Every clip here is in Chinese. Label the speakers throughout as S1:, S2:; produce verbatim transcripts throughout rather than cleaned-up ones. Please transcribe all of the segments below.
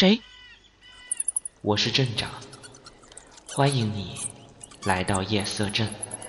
S1: 谁？我是镇长，欢迎你来到夜色镇。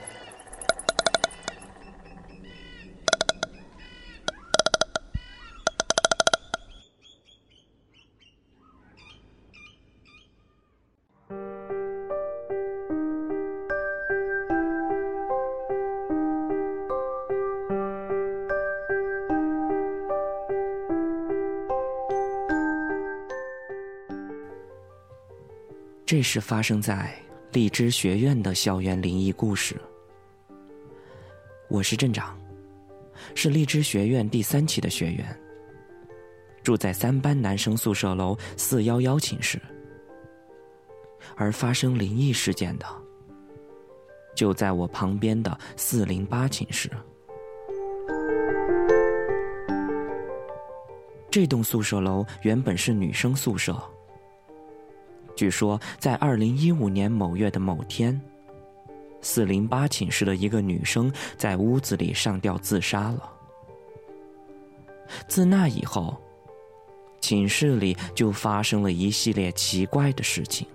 S1: 这是发生在荔枝学院的校园灵异故事。我是镇长，是荔枝学院第三期的学员，住在三班男生宿舍楼四一一寝室。而发生灵异事件的，就在我旁边的四零八寝室。这栋宿舍楼原本是女生宿舍。据说在二零一五年某月的某天，四零八寝室的一个女生在屋子里上吊自杀了。自那以后，寝室里就发生了一系列奇怪的事情。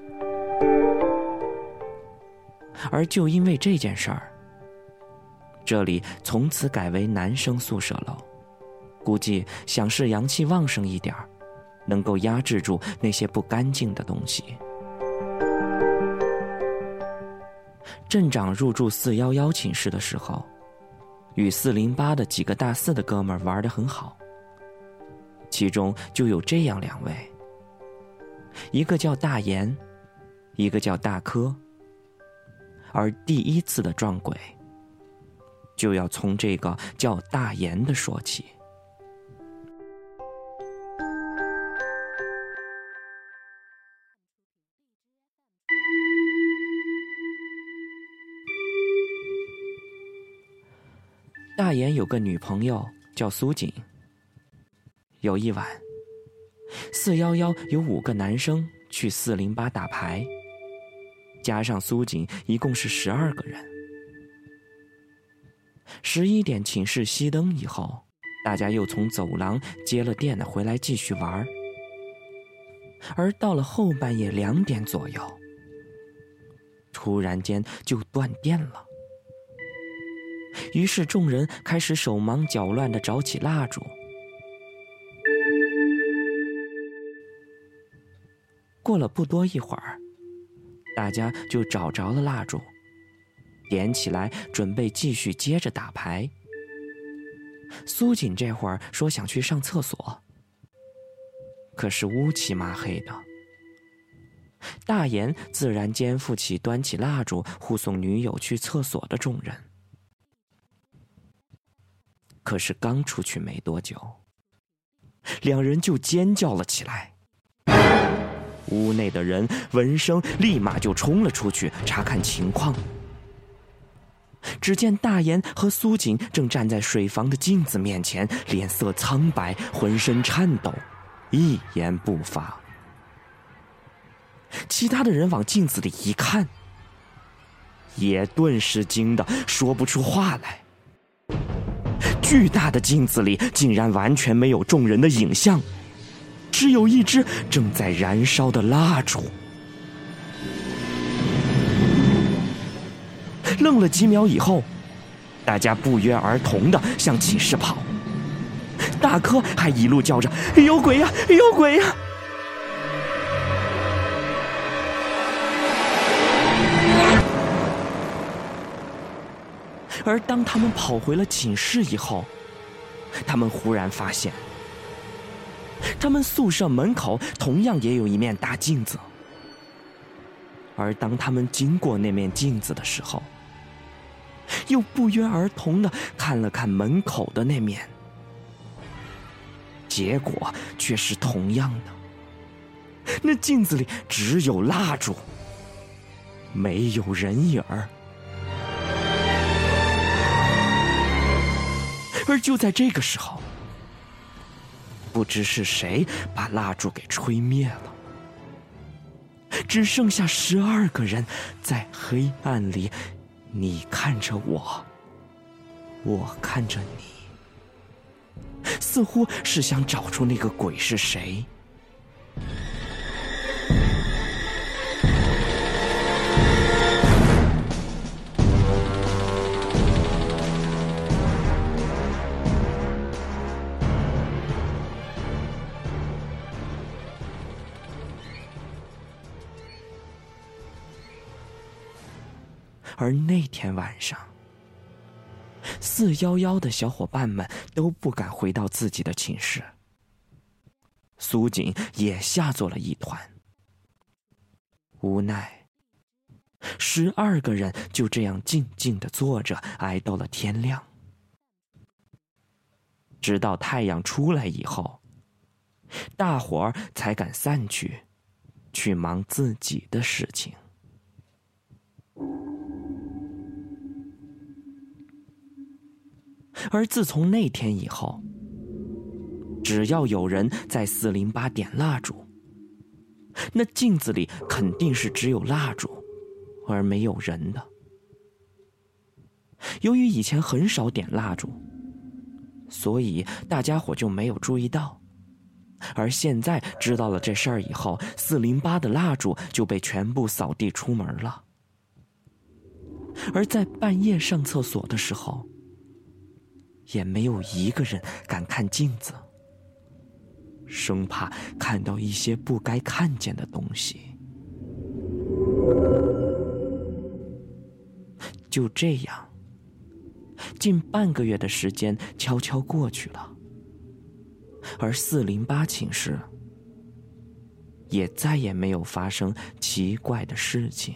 S1: 而就因为这件事儿，这里从此改为男生宿舍楼，估计想是阳气旺盛一点儿，能够压制住那些不干净的东西。镇长入住四一一寝室的时候，与四零八的几个大四的哥们儿玩得很好，其中就有这样两位，一个叫大岩，一个叫大柯。而第一次的撞鬼，就要从这个叫大岩的说起。大岩有个女朋友叫苏锦。有一晚，四一一有五个男生去四零八打牌，加上苏锦一共是十二个人。十一点寝室熄灯以后，大家又从走廊接了电回来继续玩。而到了后半夜两点左右，突然间就断电了。于是众人开始手忙脚乱地找起蜡烛。过了不多一会儿，大家就找着了蜡烛，点起来准备继续接着打牌。苏锦这会儿说想去上厕所，可是乌漆麻黑的。大岩自然肩负起端起蜡烛护送女友去厕所的重任。可是刚出去没多久，两人就尖叫了起来。屋内的人闻声立马就冲了出去查看情况。只见大岩和苏锦正站在水房的镜子面前，脸色苍白，浑身颤抖，一言不发。其他的人往镜子里一看，也顿时惊得说不出话来。巨大的镜子里竟然完全没有众人的影像，只有一支正在燃烧的蜡烛。愣了几秒以后，大家不约而同地向寝室跑。大柯还一路叫着有鬼呀有鬼呀。而当他们跑回了寝室以后，他们忽然发现，他们宿舍门口同样也有一面大镜子。而当他们经过那面镜子的时候，又不约而同地看了看门口的那面，结果却是同样的。那镜子里只有蜡烛，没有人影儿。而就在这个时候，不知是谁把蜡烛给吹灭了，只剩下十二个人在黑暗里，你看着我，我看着你，似乎是想找出那个鬼是谁。 而那天晚上，四一一的小伙伴们都不敢回到自己的寝室，苏锦也吓作了一团。无奈，十二个人就这样静静地坐着，挨到了天亮。直到太阳出来以后，大伙儿才敢散去，去忙自己的事情。而自从那天以后，只要有人在四零八点蜡烛，那镜子里肯定是只有蜡烛，而没有人的。由于以前很少点蜡烛，所以大家伙就没有注意到。而现在知道了这事儿以后，四零八的蜡烛就被全部扫地出门了。而在半夜上厕所的时候，也没有一个人敢看镜子，生怕看到一些不该看见的东西。就这样，近半个月的时间悄悄过去了，而四零八寝室也再也没有发生奇怪的事情。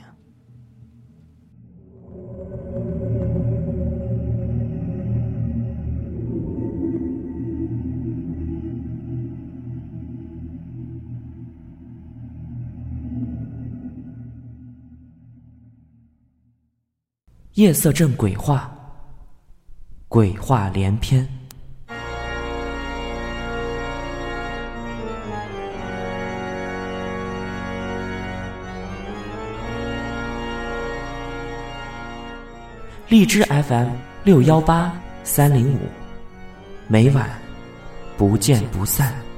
S1: 夜色镇鬼话，鬼话连篇。荔枝 F M 六幺八三零五，每晚不见不散。